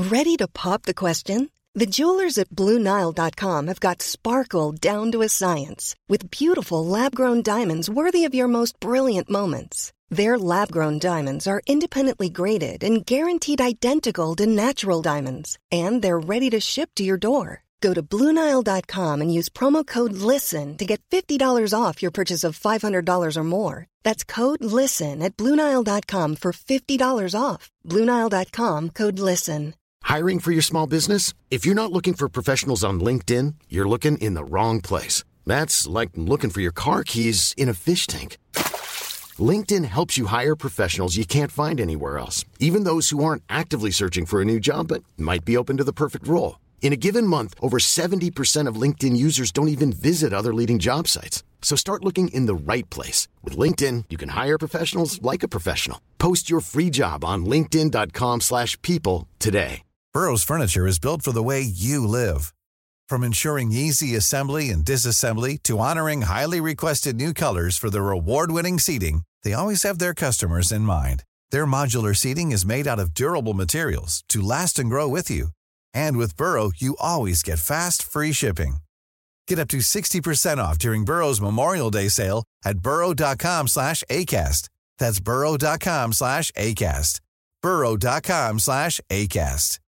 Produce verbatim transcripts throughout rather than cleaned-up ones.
Ready to pop the question? The jewelers at Blue Nile dot com have got sparkle down to a science with beautiful lab-grown diamonds worthy of your most brilliant moments. Their lab-grown diamonds are independently graded and guaranteed identical to natural diamonds, and they're ready to ship to your door. Go to Blue Nile dot com and use promo code LISTEN to get fifty dollars off your purchase of five hundred dollars or more. That's code LISTEN at Blue Nile dot com for fifty dollars off. Blue Nile dot com, code LISTEN. Hiring for your small business? If you're not looking for professionals on LinkedIn, you're looking in the wrong place. That's like looking for your car keys in a fish tank. LinkedIn helps you hire professionals you can't find anywhere else, even those who aren't actively searching for a new job but might be open to the perfect role. In a given month, over seventy percent of LinkedIn users don't even visit other leading job sites. So start looking in the right place. With LinkedIn, you can hire professionals like a professional. Post your free job on linkedin dot com slash people today. Burrow's furniture is built for the way you live. From ensuring easy assembly and disassembly to honoring highly requested new colors for their award-winning seating, they always have their customers in mind. Their modular seating is made out of durable materials to last and grow with you. And with Burrow, you always get fast, free shipping. Get up to sixty percent off during Burrow's Memorial Day sale at burrow dot com slash ACAST. That's burrow dot com slash ACAST. burrow dot com slash ACAST.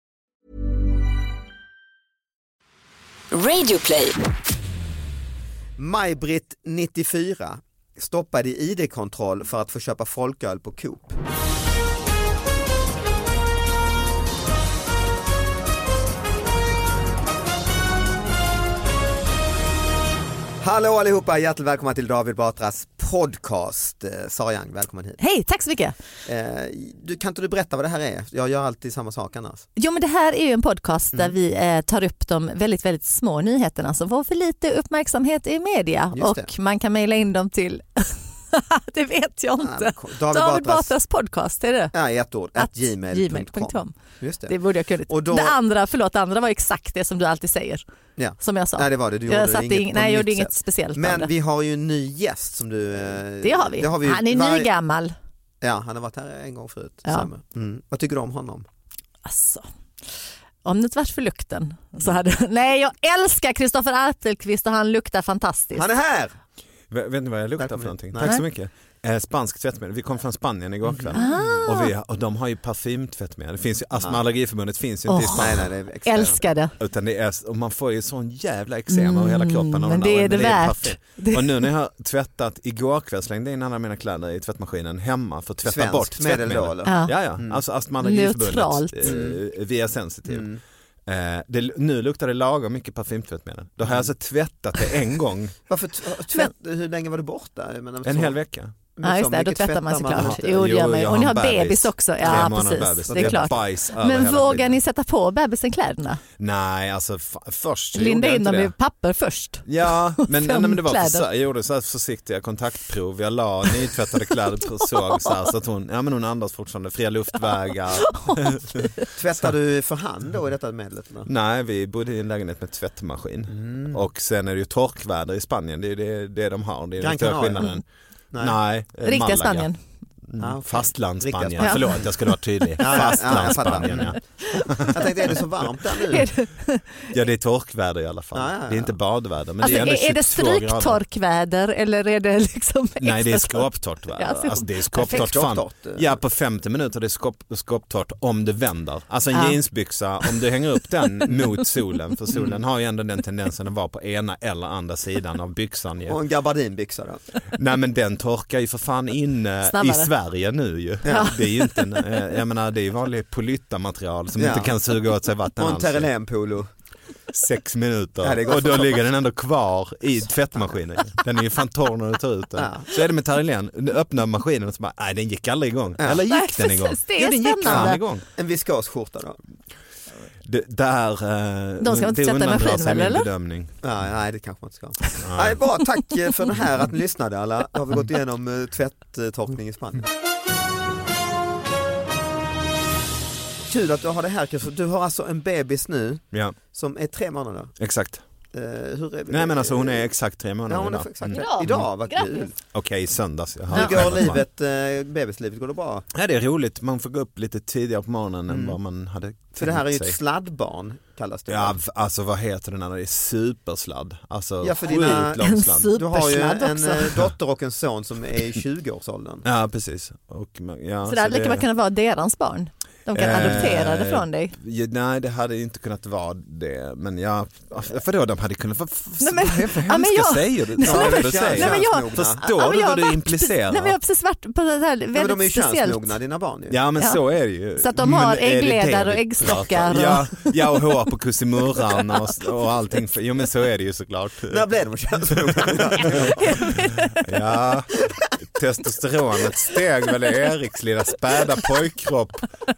Radioplay. Maj-Britt, nittiofyra, stoppade i I D-kontroll för att få köpa folköl på Coop. Hallå allihopa, hjärtligt välkomna till David Batras podcast. Sara Young, välkommen hit. Hej, tack så mycket. Eh, du, kan inte du berätta vad det här är? Jag gör alltid samma sak annars. Jo, men det här är ju en podcast Mm. där vi eh, tar upp de väldigt, väldigt små nyheterna som får för lite uppmärksamhet i media. Just och det. man kan mejla in dem till... det vet jag inte. Ja, David, David Batras, Batras podcast, är det? ja, ett ord, at gmail punkt com. Just det. Det borde jag kunna. Och då- Det andra, förlåt, det andra var exakt det som du alltid säger. Ja. Som jag sa. Nej, det var det. Du gjorde jag satte inget ing- på nej, jag nytt gjorde inget sätt. speciellt. av Men det. vi har ju en ny gäst som du... Eh, Det har vi. det har vi Han är var- nygammal. Ja, han har varit här en gång förut. Ja. Samma. Mm. Vad tycker du om honom? Alltså, om det inte varit för lukten så hade... Nej, jag älskar Kristoffer Appelqvist och han luktar fantastiskt. Han är här! V- vet ni vad jag luktar Välkommen. för någonting? Nej. Tack så mycket. Eh, spansk tvättmedel. Vi kom från Spanien igår kväll. Ah. Och, vi, och de har ju parfymtvättmedel. Det finns ju, Astma- och allergiförbundet finns ju inte i Oh. Spanien. Nej, nej, det är extremt. Älskar det. Utan det är, och man får ju sån jävla eksem över hela kroppen. av men den det där. är det värt. perfekt. Det- Och nu när jag har tvättat, igår kväll slängde in alla mina kläder i tvättmaskinen hemma för att tvätta Svenskt bort medel tvättmedel. då, eller? Ja. Ja, ja. Mm. Alltså Astma- och allergiförbundet. Neutralt. Eh, via sensitiv. Mm. Eh, det, nu luktar det lagom mycket parfymtvättmedel. Då har jag alltså tvättat det en gång. Varför t- tvätt, hur länge var du borta? Jag menar, En så- hel vecka. men Ja, så just det, då mycket tvättar man såklart. inte. Jo, det gör man ju. jag Och ni har har en bebis också. Tre Ja, månader precis. bebis. Det är klart. Bajs över Men hela vågar skiten. ni sätta på bebisen kläderna? Nej, alltså f- först gjorde Linda jag in inte dem det. i papper först. Ja, men, Sen nej, men det var för, kläder. jag gjorde så här försiktiga kontaktprov. Jag la nytvättade kläder på såg så, här, så att hon, ja men hon andas fortfarande, fria luftvägar. Tvättar du för hand då i detta medlet? Eller? Nej, vi bodde i en lägenhet med tvättmaskin. Mm. Och sen är det ju torkväder i Spanien, det är det, det de har. Det är Gran den stora Canaria. skillnaden. Nej. Nej, eh, Riktiga Malaga. Spanien. Mm. Ah, okej. Fastlandsspanien, Riktiga Spanien. förlåt jag skulle vara tydlig. Ja, ja, ja, jag Fastlandsspanien, fattar. ja. Jag tänkte, är det så varmt där nu? Är det, Ja, det är torkväder i alla fall. Ja, ja, ja. Det är inte badväder, men alltså, det är ändå är, är det tjugotvå grader. stryktorkväder eller är det liksom Nej, det är extra torrt? skåptorrt väder. Ja, så- Alltså, det är skåptorrt fan. Skåptorrt, eh. Ja, på femtio minuter det är skåp, skåptorrt om det vänder. Alltså en Ja. jeansbyxa, om du hänger upp den mot solen, för solen har ju ändå den tendensen att vara på ena eller andra sidan av byxan. Ju. Och en gabardinbyxa då? Nej, men den torkar ju för fan in eh, i Snabbare. Sverige nu ju. Ja. Det är ju inte en, eh, jag menar det är ju vanlig polyttamaterial som Ja. inte kan suga åt sig vatten Och en alls. Terrelenpolo. Sex minuter Ja, det går och då för ligger den ändå kvar i tvättmaskinen. Den är ju fan torr när du tar ut den. Ja. Så är det med Terrelen, du öppnar maskinen och så bara, nej den gick aldrig igång. Ja. Eller gick Nej, den igång? precis, det är ja, den gick fan spännande. igång. En viskosskjorta då? Det, där, eh, De ska det inte sätta i undandrar maskin, sig väl, min eller? bedömning. Ja, nej, det kanske man inte ska. Nej, bra, tack för det här att ni lyssnade alla. Då har vi gått igenom uh, tvätttorkning i Spanien. Kul att du har det här, för du har alltså en bebis nu Ja, som är tre månader. exakt. Uh, hur är Nej men alltså hon är exakt tre månader ja, hon är idag. exakt Mm. idag. Idag, vad kul. Grattis. Okej, söndags. Jag Hur går livet, uh, bebislivet, går det bra? Ja, det är roligt. Man får gå upp lite tidigare på morgonen Mm. än vad man hade För det här är ju sig. ett sladdbarn, kallas det. Ja, alltså vad heter det när det är supersladd? Alltså Ja, för sjukt dina- lång En sladd. Du har ju supersladd en också. eh, dotter och en son som är i tjugo-årsåldern. Ja, precis. Och, ja, Så det hade lika det- bra kunnat vara deras barn. De kan Eh, adoptera det från dig. Ja, nej, det hade inte kunnat vara det. Men ja, för då de hade kunnat... Vad Nej, men- vad är för ja, men hemska jag- säger du? Nej, Ja, men- du säger. Nej, men jag- Könsmogna. Förstår Ja, men du jag vad har du varit- implicerar? Nej, men jag har precis varit på det här Ja, men väldigt de är ju speciellt. könsmogna, dina barn ju. Ja men Ja. så är det ju. Så att de har Men är det äggledare det och vi äggstockar pratar? Ja, ja och hår på kussimurran och, och allting. Jo men så är det ju såklart. När blev de könsmogna? Ja, testosteronet steg väl i Eriks lilla späda pojkkropp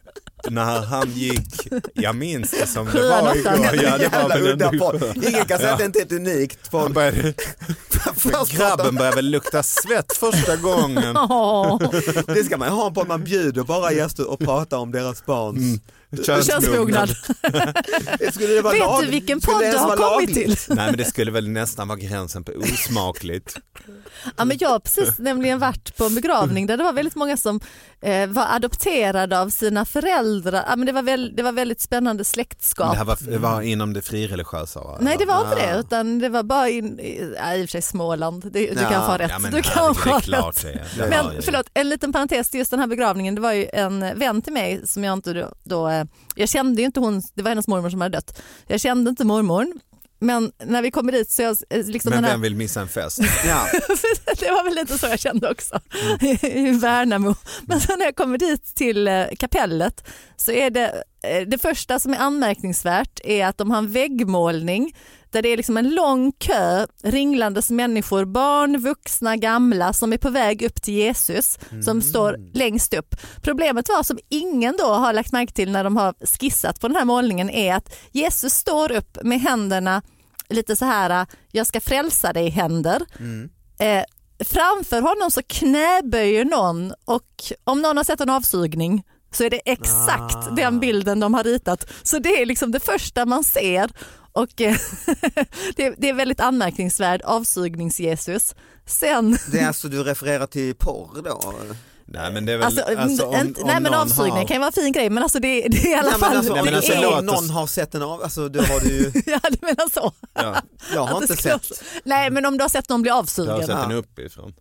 när han gick, jag minns det som det Sjuan, var åttan. igår. Ja, det var Jävla väl en udda podd. Ingen kan säga att det inte är ett unikt Han podd. började, Först grabben började väl lukta svett första gången. Åh, Det ska man ju ha på, man bjuder bara gäster och pratar om deras barns Mm. könsmognad. Skulle det vara Vet lag- du vilken skulle podd det du ens har vara kommit lagligt? till? Nej men det skulle väl nästan vara gränsen på osmakligt. Ja, men jag har precis nämligen varit på en begravning där det var väldigt många som eh, var adopterade av sina föräldrar. Ja, men det, var väl, det var väldigt spännande släktskap. Det här var, det var inom det frireligiösa va? Nej det var inte Ja. det utan det var bara in, i, ja, i och för sig Småland, det, du Ja. kan få rätt. Ja men du kan herregud, det få är klart rätt. det är. Det var Men ju- förlåt, en liten parentes till just den här begravningen. Det var ju en vän till mig som jag inte då, då eh, jag kände ju inte hon, det var hennes mormor som hade dött. Jag kände inte mormor. Men när vi kommer dit så jag eh, liksom Men den här, vem vill missa en fest? Ja. det var väl lite så jag kände också i Värnamo. Men så när jag kommer dit till eh, kapellet så är det eh, det första som är anmärkningsvärt är att de har en väggmålning där det är liksom en lång kö ringlandes människor, barn, vuxna, gamla som är på väg upp till Jesus som står längst upp. Problemet var som ingen då har lagt märke till när de har skissat på den här målningen är att Jesus står upp med händerna lite så här, jag ska frälsa dig händer. Mm. Eh, framför honom så knäböjer någon och om någon har sett en avsugning så är det exakt Ah. den bilden de har ritat. Så det är liksom det första man ser och eh, det, är, det är väldigt anmärkningsvärd avsugningsjesus. Sen Det är alltså du refererar till porr då? Nej men det är väl, alltså, alltså, om, en, om nej men någon avsugning har... kan ju vara en fin grej men alltså det, det är i alla Nej, men fall alltså, Nej, men om alltså, det låt är, oss- någon har sett en av, alltså då har du ju, ja, du menar så. Ja, jag har Att det inte ska- sett. Nej men om du har sett någon bli jag har avsugen. sett den Ja. uppifrån.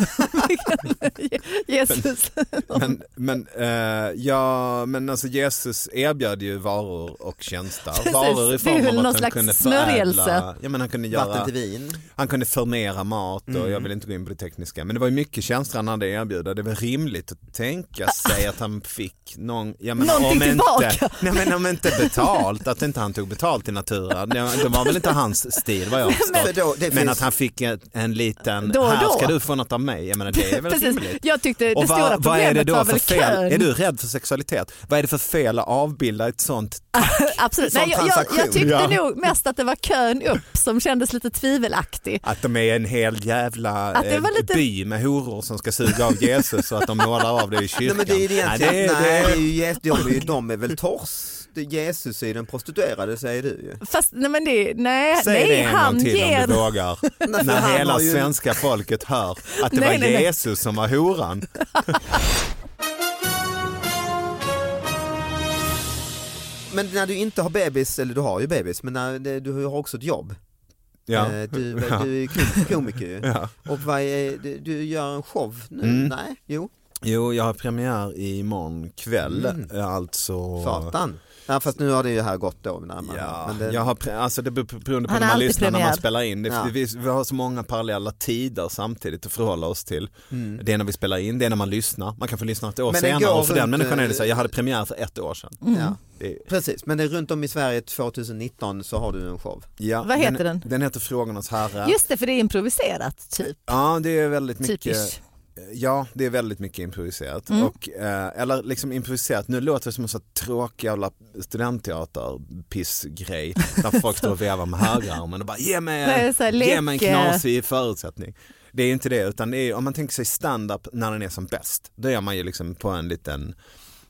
Jesus. Men, men, eh, ja, men alltså Jesus erbjöd ju varor och tjänster. Precis, Varor i det är form väl av någon att han slags kunde smörjelse. förädla, ja, men han kunde Vatten göra, till vin. han kunde förmera mat och Mm. jag vill inte gå in på det tekniska. Men det var ju mycket tjänster han hade erbjuda. Det var rimligt att tänka sig att han fick någon, jag menar, Någonting om tillbaka. inte, nej, men om inte betalt, att inte han tog betalt i naturen. Det, det var väl inte hans stil vad jag har Men förstått. då, det Men finns, att han fick en, en liten, Då och här då. ska du få något av mig. Jag menar, det är väl Precis. rimligt. Jag tyckte det Och stora vad, vad är problemet det var då för väl fel? kön. Är du rädd för sexualitet? Vad är det för fel att avbilda ett sånt? Absolut. Sån Nej, jag, jag, jag transaktion. tyckte Ja. nog mest att det var kön upp som kändes lite tvivelaktig. Att de är en hel jävla Att det var eh, lite- by med horor som ska suga av Jesus och att de målar av det i nej, kyrkan. men det är ju egentligen, Nej, det är- nej, det det är- är ju, Jesus- de, är, ju- de är väl tors. Det är Jesus är den prostituerade säger du ju. Fast nej, men det, nej, Säg nej det en han gång till ger... om du vågar. Nej, för När han hela har ju- svenska folket hör att det Nej, var nej, nej. Jesus som var horan. Men när du inte har bebis, eller du har ju bebis, men när det, du har också ett jobb. Ja. Eh, Du, Ja. du är kom- komiker ju. Ja. Och vad är, du, du gör en show nu? Mm. Nej, jo, Jo, jag har premiär imorgon kväll. Mm. Alltså... satan. Ja, fast nu har det ju här gått då närmare. Ja, men det, jag har, pre- alltså det beror på beroende på Han när har man alltid lyssnar när premiär. man spelar in. Det, Ja. vi, vi har så många parallella tider samtidigt att förhålla oss till. mm. Det är när vi spelar in, det är när man lyssnar. Man kan få lyssna ett år Men det senare går och för den runt, människan är det så här, eh, jag hade premiär för ett år sedan. Mm. Ja, Det, precis. Men det är runt om i Sverige tjugonitton så har du en show. ja, Vad heter den? Den heter Frågornas herre. Just det, för det är improviserat typ. Ja, det är väldigt mycket. Typiskt. Ja, det är väldigt mycket improviserat. Mm. Och, eh, eller liksom improviserat, nu låter det som en så tråkig jävla studentteater-pissgrej där folk står och vevar med högerarmen och bara ge mig, Det är så här, ge mig en lek, knasig förutsättning. Det är inte det, utan det är, om man tänker sig stand-up när den är som bäst, då är man ju liksom på en liten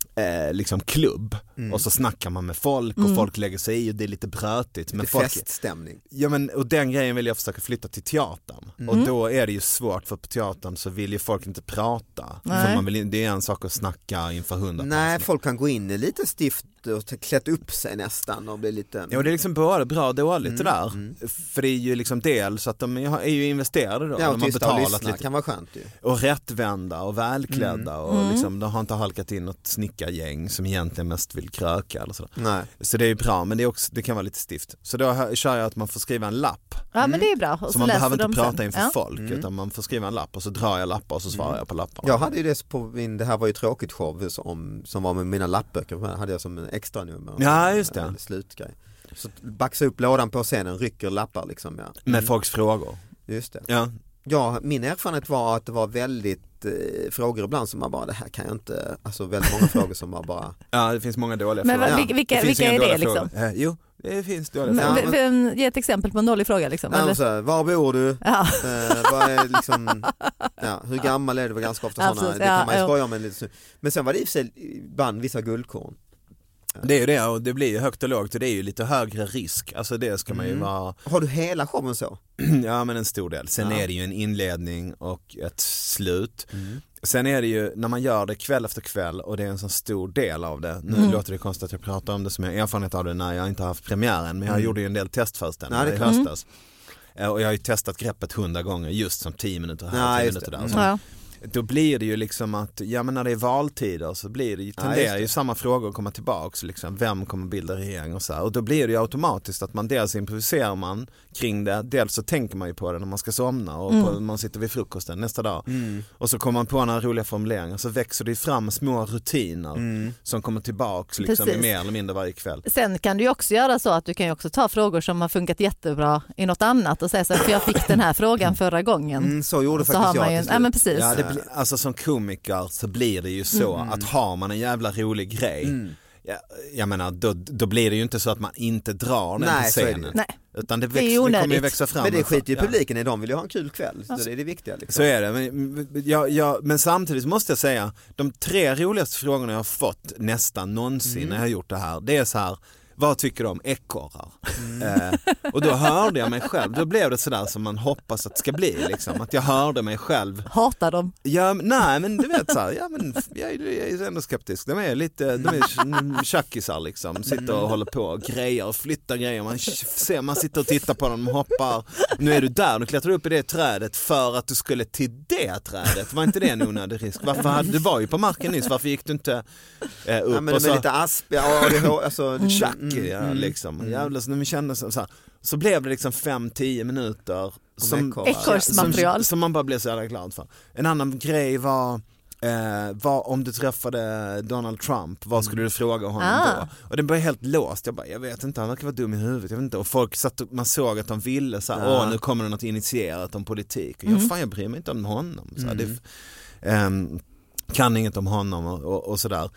eh, liksom klubb mm. och så snackar man med folk och mm. folk lägger sig i och det är lite brötigt. Men lite folk, feststämning. Ja, men, och den grejen vill jag försöka flytta till teatern. Mm. Och då är det ju svårt, för på teatern så vill ju folk inte prata. För man vill, det är en sak att snacka inför hundra. Nej, folk kan gå in i lite stift och klätt upp sig nästan och bli lite... Ja, det är liksom både bra och dåligt mm. det där. Mm. För det är ju liksom del så att de är ju investerade då. Ja, och de har betalat och lite. Kan vara skönt ju. Och rättvända och välklädda mm. och Mm. liksom, de har inte halkat in något snickargäng som egentligen mest vill kröka eller sådär. Nej. Så det är bra, men det, är också, det kan vara lite stift. Så då kör jag att man får skriva en lapp. Ja, men det är bra. Och så, så man behöver inte prata sen. inför ja. folk mm. utan man får skriva en lapp och så drar jag lappar och så svarar mm. jag på lappar. Jag hade ju det på min, det här var ju tråkigt show som, som var med mina lappböcker, hade jag som en extra nummer. Ja, just det. En slutgrej. Så baxar upp lådan på scenen, rycker lappar liksom. Ja. Med mm. folks frågor. Just det. Ja. Ja, min erfarenhet var att det var väldigt eh, frågor ibland som man bara, det här kan jag inte, alltså väldigt många frågor som man bara... Ja, det finns många dåliga men, frågor. vilka, vilka, det vilka är det liksom? Eh, jo, det finns dåliga men, frågor. men, ge ett exempel på en dålig fråga liksom. Ja, så, var bor du? Ja. Eh, vad är liksom, ja, hur gammal är du? Det var ganska ofta sådana, det kan man ju skoja om en lite. Men sen var det i och för sig band vissa guldkorn. Det är ju det, och det blir ju högt och lågt och det är ju lite högre risk. Alltså det ska man ju mm. vara... Har du hela showen så? Ja, men en stor del. Sen ja. är det ju en inledning och ett slut. Mm. Sen är det ju när man gör det kväll efter kväll och det är en så stor del av det. Nu mm. låter det konstigt att jag pratar om det som jag har erfarenhet av det när jag inte har haft premiären. Men jag mm. gjorde ju en del testföreställningar ja, i höstas. Mm. Och jag har ju testat greppet hundra gånger just som tio minuter här, ja, tio minuter där. Mm. Så. Ja. Då blir det ju liksom att, ja men när det är valtider så blir det ju, tenderar ja, ju samma frågor att komma tillbaks liksom, vem kommer bilda regering och så här. Och då blir det ju automatiskt att man dels improviserar man kring det, dels så tänker man ju på det när man ska somna och mm. på, man sitter vid frukosten nästa dag. Mm. Och så kommer man på några roliga formuleringar, så växer det fram små rutiner mm. som kommer tillbaks liksom, mer eller mindre varje kväll. Sen kan du ju också göra så att du kan ju också ta frågor som har funkat jättebra i något annat och säga så här, för jag fick den här frågan förra gången. Mm, så gjorde så faktiskt jag. Ju, ja, men precis. Ja, det blir, alltså som komiker så blir det ju så mm. att har man en jävla rolig grej mm. ja, jag menar då, då blir det ju inte så att man inte drar den Nej, på scenen. Nej. Utan det, väx, det, det kommer ju växa fram. Men det skiter ju publiken i, de vill ju ha en kul kväll. Ja. Så det är det viktiga. Liksom. Så är det. Men, jag, jag, men samtidigt måste jag säga, de tre roligaste frågorna jag har fått nästan någonsin mm. när jag har gjort det här, det är så här: vad tycker du om ekorrar? Mm. Eh, och då hörde jag mig själv. Då blev det sådär som man hoppas att det ska bli. Liksom. Att jag hörde mig själv. Hatar dem? Ja, nej, men du vet så här, ja, men jag, jag är ändå skeptisk. De är lite, de är tjackisar liksom. Sitter och håller på och grejer och flyttar grejer. Man ser, man sitter och tittar på dem och hoppar. Nu är du där, nu klättrar du upp i det trädet för att du skulle till det trädet. Var inte det en onödig risk? Varför hade, du var ju på marken nyss, varför gick du inte eh, upp? Ja, men och det så, är lite asp, ja, det, alltså, tjack. Ja, mm. liksom. Mm. Jävlar, så, när vi kände så, så, här, så blev det liksom fem till tio minuter som, Ekorrsmaterial. som, som man bara blev så jävla glad för. En annan grej var, eh, var om du träffade Donald Trump, vad skulle du fråga honom ah. då? Och den var helt låst. Jag bara, jag vet inte, han verkar vara dum i huvudet. Jag vet inte. Och folk satt, man såg att de ville så här, ah. åh, nu kommer det något initierat om politik. Och mm. jag, fan, jag bryr mig inte om honom. Så här, mm. det, um, kan inget om honom och, och, och sådär.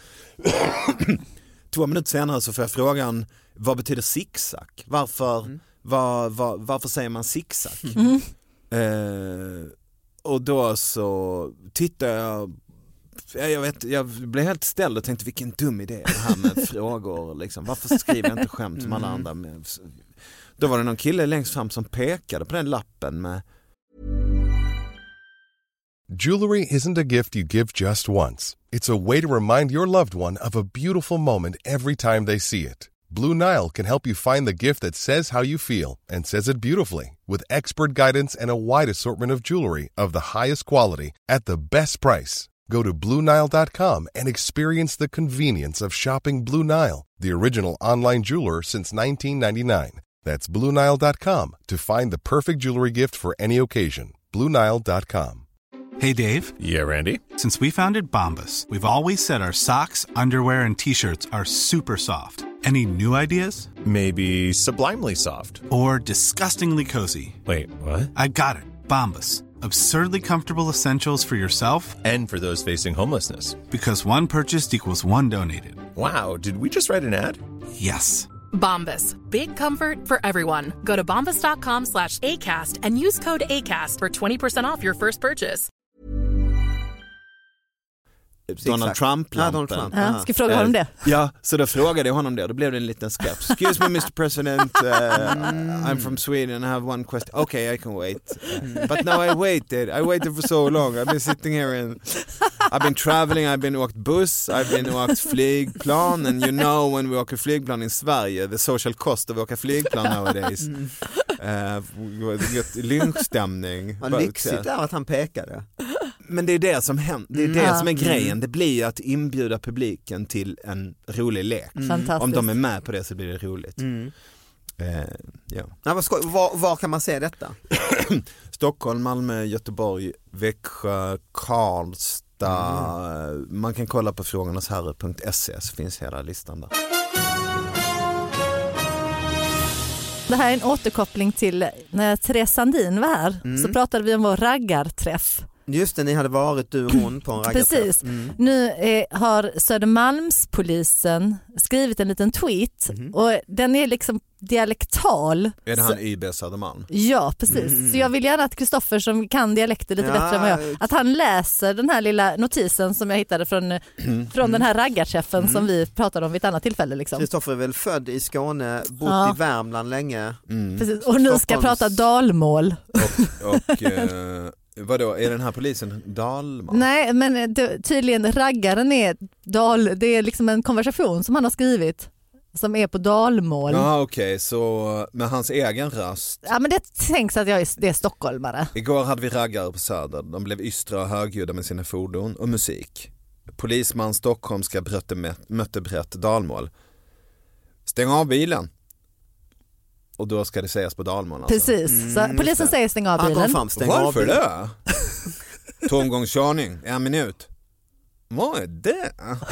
Två minuter senare så får jag frågan, vad betyder zigzag? Varför, mm. var, var, varför säger man zigzag? Mm. Eh, och då så tittar jag, jag, vet, jag blev helt ställd och tänkte vilken dum idé det här med frågor. Liksom. Varför skriver jag inte skämt som alla andra? Med? Då var det någon kille längst fram som pekade på den lappen med Jewelry isn't a gift you give just once. It's a way to remind your loved one of a beautiful moment every time they see it. Blue Nile can help you find the gift that says how you feel and says it beautifully, with expert guidance and a wide assortment of jewelry of the highest quality at the best price. Go to Blue Nile dot com and experience the convenience of shopping Blue Nile, the original online jeweler since nineteen ninety-nine. That's Blue Nile dot com to find the perfect jewelry gift for any occasion. Blue Nile dot com. Hey, Dave. Yeah, Randy. Since we founded Bombas, we've always said our socks, underwear, and T-shirts are super soft. Any new ideas? Maybe sublimely soft. Or disgustingly cozy. Wait, what? I got it. Bombas. Absurdly comfortable essentials for yourself and for those facing homelessness. Because one purchased equals one donated. Wow, did we just write an ad? Yes. Bombas. Big comfort for everyone. Go to bombas dot com slash ACAST and use code ACAST for twenty percent off your first purchase. Donald Trump-lampen. Ja, Trump. Ja, ska jag fråga honom det? Ja, så då frågade jag honom det. Då blev det en liten skeps. Excuse me mister President, uh, I'm from Sweden and I have one question. Okay, I can wait. Uh, but now I waited. I waited for so long. I've been sitting here and I've been traveling, I've been åkt buss, I've been åkt flygplan, and you know when we åker flygplan i Sverige, the social cost of att åka flygplan nowadays. Uh, lynchstämning. Vad lyxigt är att han pekade. Men det är det som händer, det är det mm. som är grejen. Det blir att inbjuda publiken till en rolig lek. Mm. Om de är med på det så blir det roligt. Mm. Eh, ja. Ja, vad skoj. Var, var kan man se detta? Stockholm, Malmö, Göteborg, Växjö, Karlstad. Mm. Man kan kolla på frågornasherre punkt se så finns hela listan där. Det här är en återkoppling till när Therese Sandin var här. Mm. Så pratade vi om vår raggarträff. Just det, ni hade varit du och hon på en raggarträff. Precis. Mm. Nu eh, har Södermalmspolisen skrivit en liten tweet mm. och den är liksom dialektal. Är det han Y B Södermalm? Ja, precis. Mm. Så jag vill gärna att Kristoffer som kan dialekter lite ja. bättre än vad jag, att han läser den här lilla notisen som jag hittade från, mm. från den här raggarträffen mm. som vi pratade om vid ett annat tillfälle. Liksom. Kristoffer är väl född i Skåne, bott ja. i Värmland länge. Mm. Precis. Och nu Stockholms... ska prata dalmål. Och... och eh... Vadå, är den här polisen dalman? Nej, men det, tydligen raggaren är dal, det är liksom en konversation som han har skrivit som är på dalmål. Ja, okej, okay. Så med hans egen röst. Ja, men det tänks att jag är, det är stockholmare. Igår hade vi raggare på Söder. De blev ystra och högljudda med sina fordon och musik. Polisman stockholmska mötte brett dalmål. Stäng av bilen. Och då ska det sägas på dalmål. Alltså. Precis, så mm, polisen säger stäng av bilen. Fram, stäng Varför av det? Tomgångskörning, en minut. Vad är det?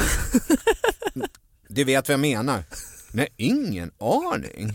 Du vet vad jag menar. Nej, ingen aning.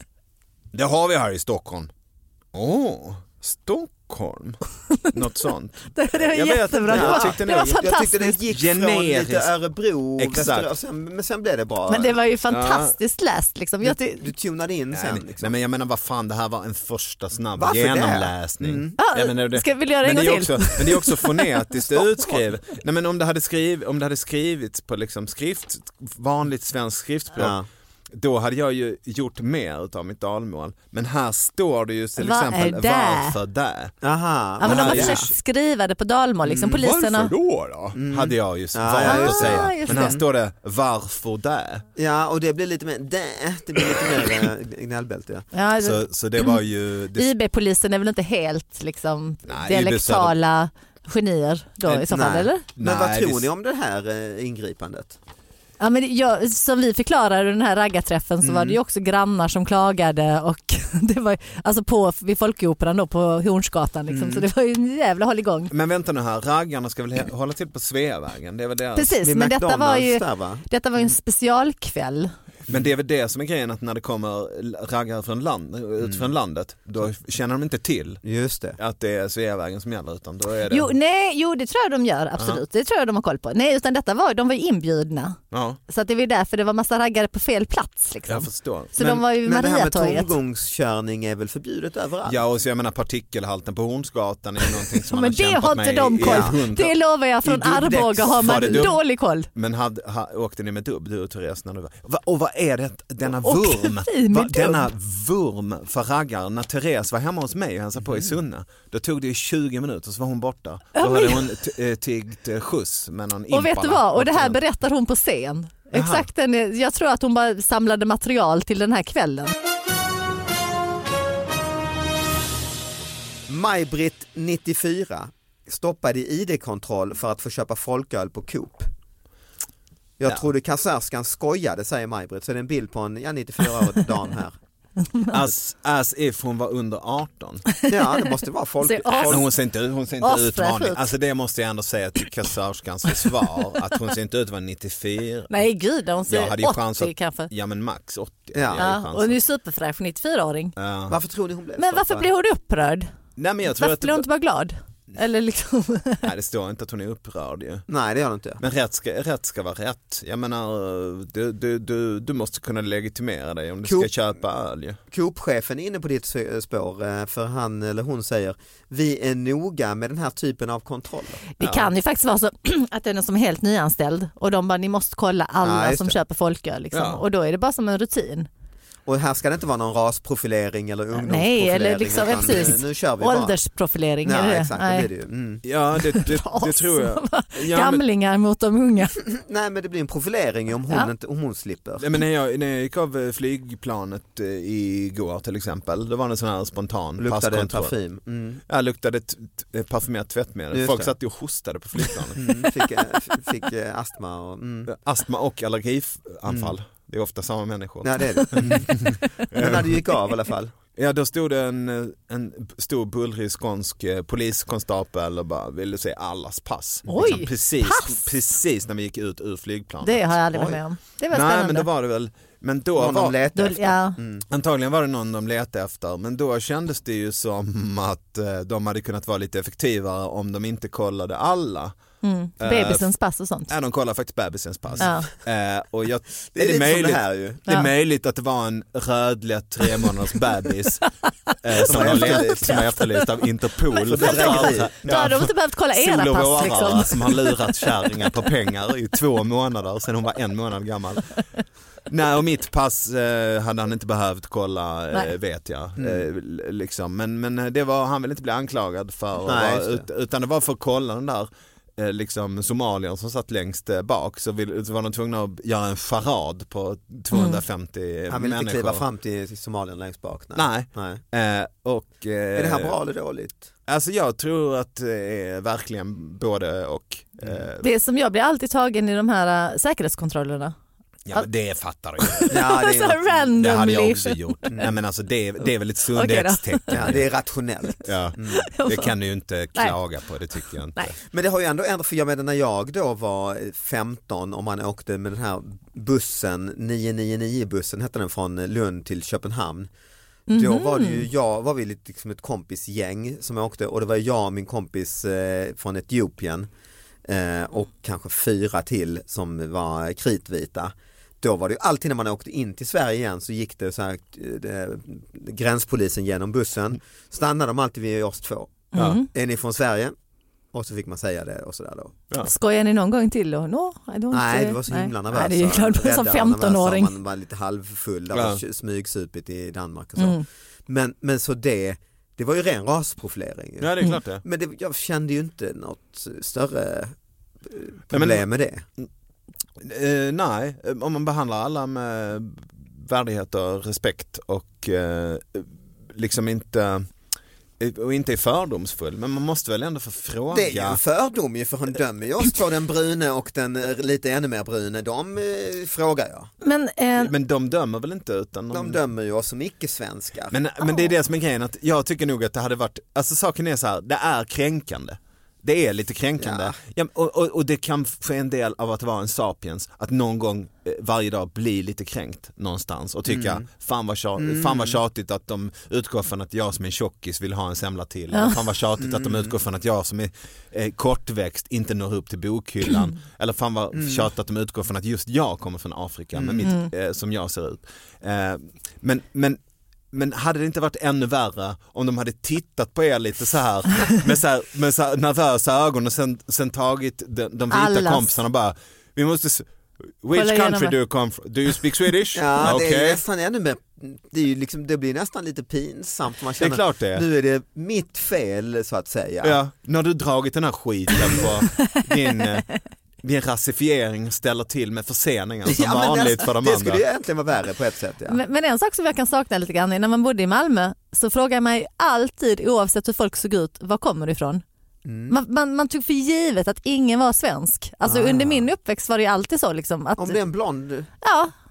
Det har vi här i Stockholm. Åh, oh, Stockholm. Något sånt. Det, det var jag jättebra. Vet, jag, tyckte det var jag, jag tyckte det gick generiskt. Från lite Örebro, exakt. Sen, men sen blev det bra. Men det var ju fantastiskt ja. läst. Liksom. Jag, du, du tunade in sen. Nej, liksom. nej, men jag menar, vad fan, det här var en första snabb Varför genomläsning. Mm. Ah, ja, men det, ska vi göra en men gång det till? Också, men det är också fonetiskt utskrivet. Nej, men om det hade, skriv, om det hade skrivits på liksom skrift, vanligt svenskt skriftspråk, ja. Då hade jag ju gjort mer av mitt dalmål. Men här står det ju till Va exempel det? varför det. Aha. Ja, men de har ju... försökt skriva det på dalmål. Liksom. Mm, poliserna... Varför då då? Mm. Hade jag ju ja, valt ja, att säga. Men här det. står det varför det. Ja, och det blir lite mer det, det blir lite mer gnällbälte. Ja. Ja, så, så det var ju... Det... I B-polisen är väl inte helt liksom, Nej, dialektala genier då Nej. i så fall, Nej. eller? Men vad Nej, tror det... ni om det här eh, ingripandet? Ja, men jag, som vi förklarade den här raggarträffen så mm. var det ju också grannar som klagade och det var alltså på vid Folkoperan då på Hornsgatan liksom, mm. så det var ju en jävla håll igång. Men vänta nu här, raggarna ska väl he- hålla till på Sveavägen, det var deras. Precis, men detta var ju där, va? detta var ju en specialkväll. Men det är väl det som är grejen, att när det kommer raggare från, land, ut från landet, då känner de inte till Just det. att det är Sveavägen som gäller, utan då är det... Jo, nej, jo, det tror jag de gör, absolut. Uh-huh. Det tror jag de har koll på. Nej, utan detta var, de var ju inbjudna. Ja. Så att det var därför det var massa raggare på fel plats. Liksom. Jag förstår. Så men, de var ju men det här med Mariatorget. tomgångskörning är väl förbjudet överallt? Ja, och så jag menar partikelhalten på Hornsgatan är ju någonting som man men har det kämpat har inte de koll. Ja. Det lovar jag, från Arboga har man dålig koll. Men hade, ha, åkte ni med dubb, du och Therese, när du var... Va, och vad är det, denna och vurm? Va, denna vurm för raggare. När Therese var hemma hos mig och hälsade på i Sunne, då tog det ju tjugo minuter så var hon borta. Då ja, hade hon t- tiggt skjuts med någon impala. Och vet du vad? Och det här berättar hon på scen. Aha. Exakt, den, jag tror att hon bara samlade material till den här kvällen. Maj-Britt nittiofyra stoppade i I D-kontroll för att få köpa folköl på Coop. Jag ja. trodde kassörskan skojade, säger Maj-Britt. Så det är en bild på en ja, nittiofyra-årig dam här. As, as if hon var under arton. Ja, det måste vara folk. Ser folk. Hon ser inte, hon ser inte ut vanlig. Alltså det måste jag ändå säga till kassörskans försvar, att hon ser inte ut att vara nittiofyra. Nej gud, hon ser hade åttio att, kanske. Ja, men max åttio. Ja. Ja, och hon är superfräsch för nittiofyra-åring. Ja. Varför tror ni hon blev Men varför blev hon upprörd? Nej, men jag tror varför att blev hon inte bara glad? Eller liksom... Nej, det står inte att hon är upprörd ju. Nej, det gör det inte. Men rätt ska, rätt ska vara rätt. Jag menar, du, du, du, du måste kunna legitimera dig om du Coop, ska köpa öl ju. Coop-chefen är inne på ditt spår, för han eller hon säger vi är noga med den här typen av kontroller. Det Ja. kan ju faktiskt vara så att det är någon som är helt nyanställd och de bara, ni måste kolla alla Ja, som det. köper folköl liksom. Ja. Och då är det bara som en rutin. Och här ska det inte vara någon rasprofilering eller ungdomsprofilering. Nej, eller liksom, utan precis. nu kör vi bara. Åldersprofilering. är Nej, det? exakt, Nej. det blir det ju. Mm. Ja, det, det, det tror jag. Ja, men, Gamlingar mot de unga. Nej, men det blir en profilering om hon, Ja. inte, om hon slipper. ja, men när, jag, när jag gick av flygplanet eh, igår till exempel, då var det en sån här spontan Luktade en passkontroll. parfym. Mm. Ja, luktade t- t- parfymerat tvättmedel. Just Folk det. satt ju och hostade på flygplanet. Mm. Fick, eh, f- fick eh, astma och... Mm. Astma och allergianfall. Mm. Det är ofta samma människor. Ja, det är det. Mm. Men när du gick av i alla fall. Ja, då stod det en, en stor bullrig skånsk eh, poliskonstapel och bara ville se allas pass. Oj, liksom, precis, pass? precis när vi gick ut ur flygplanet. Det har jag aldrig varit Oj. med om. Det var Nej, spännande. men då var det väl, men då Någon var, de letade Då, efter. ja. Mm. antagligen var det någon de letade efter, men då kändes det ju som att eh, de hade kunnat vara lite effektivare om de inte kollade alla. Mm. Eh, Bebisens pass och sånt. Ja, de kollar faktiskt bebisens pass. Ja. Eh, och jag, Det är lite som möjligt, det här ju. det är Ja. möjligt att det var en rödlätt tre månaders bebis eh, som, har har let, efterlyst. som har efterlyst av Interpol. För bedrägeri. Då hade de inte behövt kolla era Sol och pass vårare liksom. som har lurat kärringar på pengar i två månader sedan hon var en månad gammal. Nej, och mitt pass eh, hade han inte behövt kolla, eh, Nej. vet jag. Mm. Eh, liksom. Men, men det var, han ville inte bli anklagad för, Nej, att vara, just det. ut, utan det var för att kolla den där eh, liksom somalier som satt längst eh, bak, så, vill, så var de tvungna att göra en charad på tvåhundrafemtio Han vill människor. inte kliva fram till, till Somalien längst bak. Nej. Nej. Nej. Eh, och, eh, Är det här bra eller dåligt? Alltså jag tror att det är verkligen både och. Eh, Det är som jag blir alltid tagen i de här äh, säkerhetskontrollerna. ja, men det fattar du. Ja, det Så är, något, randomly. Det hade jag också gjort. Nej, men alltså det, det är väl ett sundhetstecken. ja, det är rationellt. Ja, det kan du ju inte klaga på, det tycker jag inte. Nej. Men det har ju ändå ändrat, för jag menar när jag då var femton och man åkte med den här bussen, nio nio nio-bussen hette den, från Lund till Köpenhamn. Mhm. Då var det ju jag, var vi lite liksom ett kompisgäng som åkte, och det var jag och min kompis eh, från Etiopien eh, och kanske fyra till som var kritvita. Då var det ju alltid när man åkte in till Sverige igen så gick det så här, det, gränspolisen genom bussen, stannade de alltid vid oss två. Mm. Är ni från Sverige? Och så fick man säga det och sådär då. Ja. Skojar ni någon gång till då? No, I don't Nej, say. det var så himla Nej. nervösa. Nej, det är ju klart, rädda som och femtonåring. nervösa, man var lite halvfull, där Ja. var smygsupit i Danmark och så. Mm. Men, men så det, det var ju ren rasprofilering. ju. Ja, det är klart det. Men det, jag kände ju inte något större eh, men- problem med det. Eh, nej, om man behandlar alla med värdighet och respekt och eh, liksom inte och inte är fördomsfull, men man måste väl ändå få fråga. Det är ju en fördom ju, för hon dömer ju oss två, den brune och den eh, lite ännu mer brune, de eh, frågar jag. Men, eh, Men de dömer väl inte, utan de... De dömer ju oss som icke-svenskar. Men, men det är det som är grejen, att jag tycker nog att det hade varit, alltså saken är så här, det är kränkande. Det är lite kränkande. Ja. Ja, och, och, och det kan få en del av att vara en sapiens, att någon gång eh, varje dag bli lite kränkt någonstans och tycka Mm. fan, vad tjat, Mm. fan vad tjatigt att de utgår från att jag som är tjockis vill ha en semla till. Ja. Fan vad tjatigt att de Mm. utgår från att jag som är eh, kortväxt inte når upp till bokhyllan. Eller fan vad Mm. tjatigt att de utgår från att just jag kommer från Afrika med Mm. mitt, eh, som jag ser ut. Eh, men, men Men hade det inte varit ännu värre om de hade tittat på er lite så här med så här, med så här nervösa ögon och sen, sen tagit de, de vita Allas. kompisarna och bara, vi måste s- Kolla which igenom country det. do you come from? Do you speak Swedish? Ja, det är Okej. nästan ännu mer, det, är ju liksom, det blir nästan lite pinsamt. Man Det är känner, klart det är. nu är det mitt fel så att säga. Ja, när du dragit den här skiten på din, eh, din rasifiering ställer till med förseningar som Ja, men vanligt det, för de det andra. skulle ju egentligen vara värre på ett sätt. Ja. men, men en sak som jag kan sakna lite grann är när man bodde i Malmö så frågar jag mig alltid, oavsett hur folk såg ut, var kommer du ifrån? Mm. Man, man, man tog för givet att ingen var svensk. Alltså Ah. under min uppväxt var det ju alltid så liksom att, Om det är en blond, ja,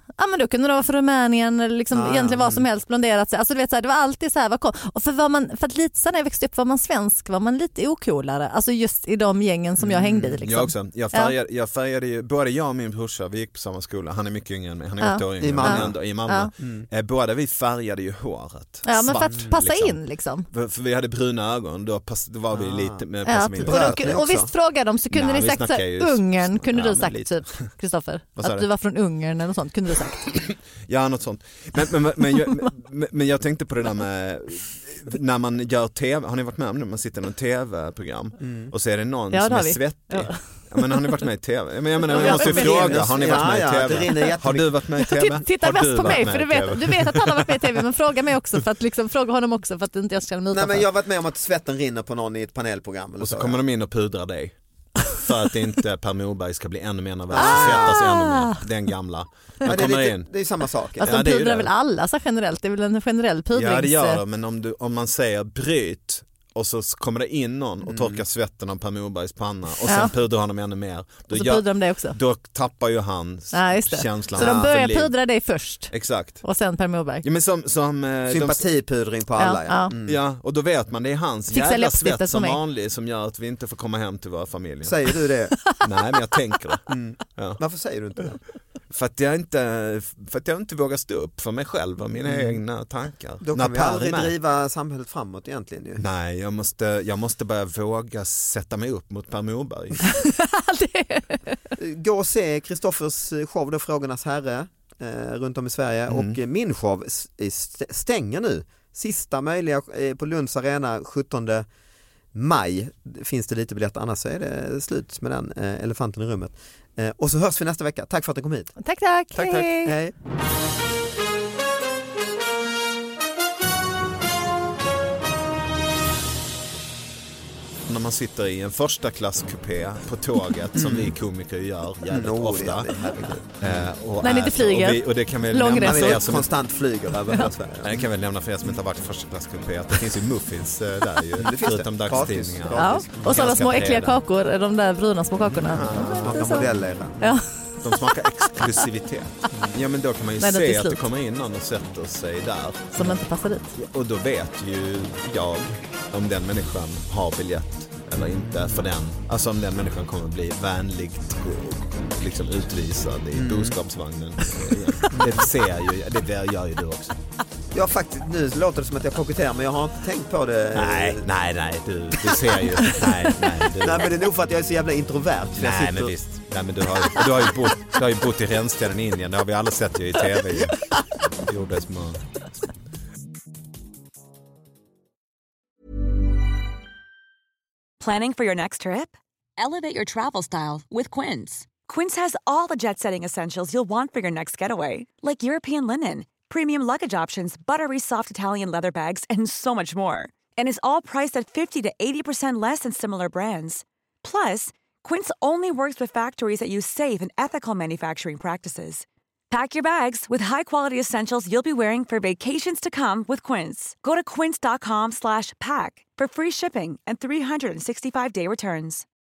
Ja, men då kunde de vara från Rumänien eller liksom Ah, egentligen vad som mm. helst blonderat sig. Alltså du vet så här, det var alltid så här vad kom. Och för var man för att lite så när jag växte upp var man svensk var man lite ocoolare. Alltså just i de gängen som jag hängde i liksom. Jag också. Jag färgade, jag färgade ju, både jag och min brorsa, vi gick på samma skola. Han är mycket yngre än mig. Han är Ja. åtta år yngre. I Malmö. Men ändå, i Malmö. Ja. Mm. Eh, båda vi färgade ju håret. Ja, men för att svart, passa liksom. in liksom. För, för vi hade bruna ögon, då, pass, då var vi Ah. lite med Ja, passade in. och, Bröt då, ni och också? visst frågade de så kunde Nej, ni vi sagt så snackar här, ju- Ungern kunde Ja, du men sagt lite. typ Kristoffer. Vad sa Att du? du var från Ungern eller sånt kunde du sagt. Ja, något sånt. Men, men, men, men, jag, men, men jag tänkte på det där med när man gör tv, har ni varit med om det? Man sitter i någon tv-program Mm. och så är det någon Ja, det som har är vi. svettig. Ja. Ja, men har ni varit med i tv? Men jag, menar, Ja, jag måste ju men- fråga, har ni varit med Ja, ja, i det rinner tv? jättemycket. Har du varit med i tv? Titta, titta Har mest du på varit mig med för i du vet, TV? du vet att han har varit med i tv men fråga mig också för att liksom, fråga honom också för att inte jag ska muta Nej, men för. jag har varit med om att svetten rinner på någon i ett panelprogram. Eller Och så så, kommer ja. de in och pudrar dig. För att inte Per Morberg ska bli ännu mer nervös. Ah! Svettas ännu mer. Den gamla. Ja, De det, är kommer lite, in. det är samma sak. Alltså Ja, de det är ju pudrar det. väl alla så generellt, det är väl en generell pudrings... Ja, det gör de, men om, du, om man säger bryt och så kommer det in någon och torkar svetten av Per Morbergs panna och sen Ja. pudrar honom ännu mer. Då, Och så gör, pudrar de det också. då tappar ju han Ja, just det. känslan. Så de för börjar liv. pudra dig först Exakt. och sen Per Morberg. Ja, men som, som, eh, de, Sympatipudring på alla. Ja, Ja, ja. Mm. ja, och då vet man det är hans Fixa jävla läppstiftet svett som på mig. vanligt som gör att vi inte får komma hem till våra familjer. Säger du det? Nej, men jag tänker det. Mm. Ja. Varför säger du inte det? För att jag inte, för att jag inte vågar stå upp för mig själv och mina Mm. egna tankar. Då När kan vi Per är aldrig med. driva samhället framåt egentligen ju. Nej, jag måste, jag måste börja våga sätta mig upp mot Per Morberg. Gå och se Kristoffers show då, Frågornas herre eh, runt om i Sverige Mm. och eh, min show s- st- stänger nu. Sista möjliga eh, på Lunds arena sjuttonde maj finns det lite biljetter, annars så är det slut med den eh, elefanten i rummet. Eh, och så hörs vi nästa vecka. Tack för att du kom hit. Tack, tack. Tack, tack. Hej. Hej. När man sitter i en första klasskupé på tåget som vi komiker gör jävligt Mm, oh, ofta. det gör vi, herregud. Eh, och När ni inte äter. flyger. Och, vi, och det kan vi Långresor. nämna När för er vi som, konstant flyger över hela Sverige. nej, det kan vi nämna för er som inte har varit i första klasskupé att det finns ju muffins eh, där ju, det finns förutom det. dagstidningar. Ja. Och sådana små Ganska äckliga breda. kakor, de där bruna små kakorna. Smakar modellera. Ja. De smakar exklusivitet. Ja, men då kan man ju Nej, det är se inte att det slut. kommer in någon och sätter sig där. Som inte passar dit. Och då vet ju jag om den människan har biljett eller inte för den. Alltså om den människan kommer att bli vänligt liksom utvisad i Mm. boskapsvagnen. Det ser ju, det gör ju du också. Jag faktiskt, nu låter det som att jag koketterar men jag har inte tänkt på det. Nej, nej, nej, du, du ser ju. Nej, nej, du. Nej, men det är nog för att jag är så jävla introvert. för jag Nej, sitter- men visst. Nej, men du har, du har ju bott, du har ju bott i Rännstenen i Indien. Det har vi alla sett ju i tv. Ju. Gjorde små... Planning for your next trip? Elevate your travel style with Quince. Quince has all the jet-setting essentials you'll want for your next getaway, like European linen, premium luggage options, buttery soft Italian leather bags, and so much more. And is all priced at fifty to eighty percent less than similar brands. Plus, Quince only works with factories that use safe and ethical manufacturing practices. Pack your bags with high-quality essentials you'll be wearing for vacations to come with Quince. Go to quince.com slash pack for free shipping and three sixty-five day returns.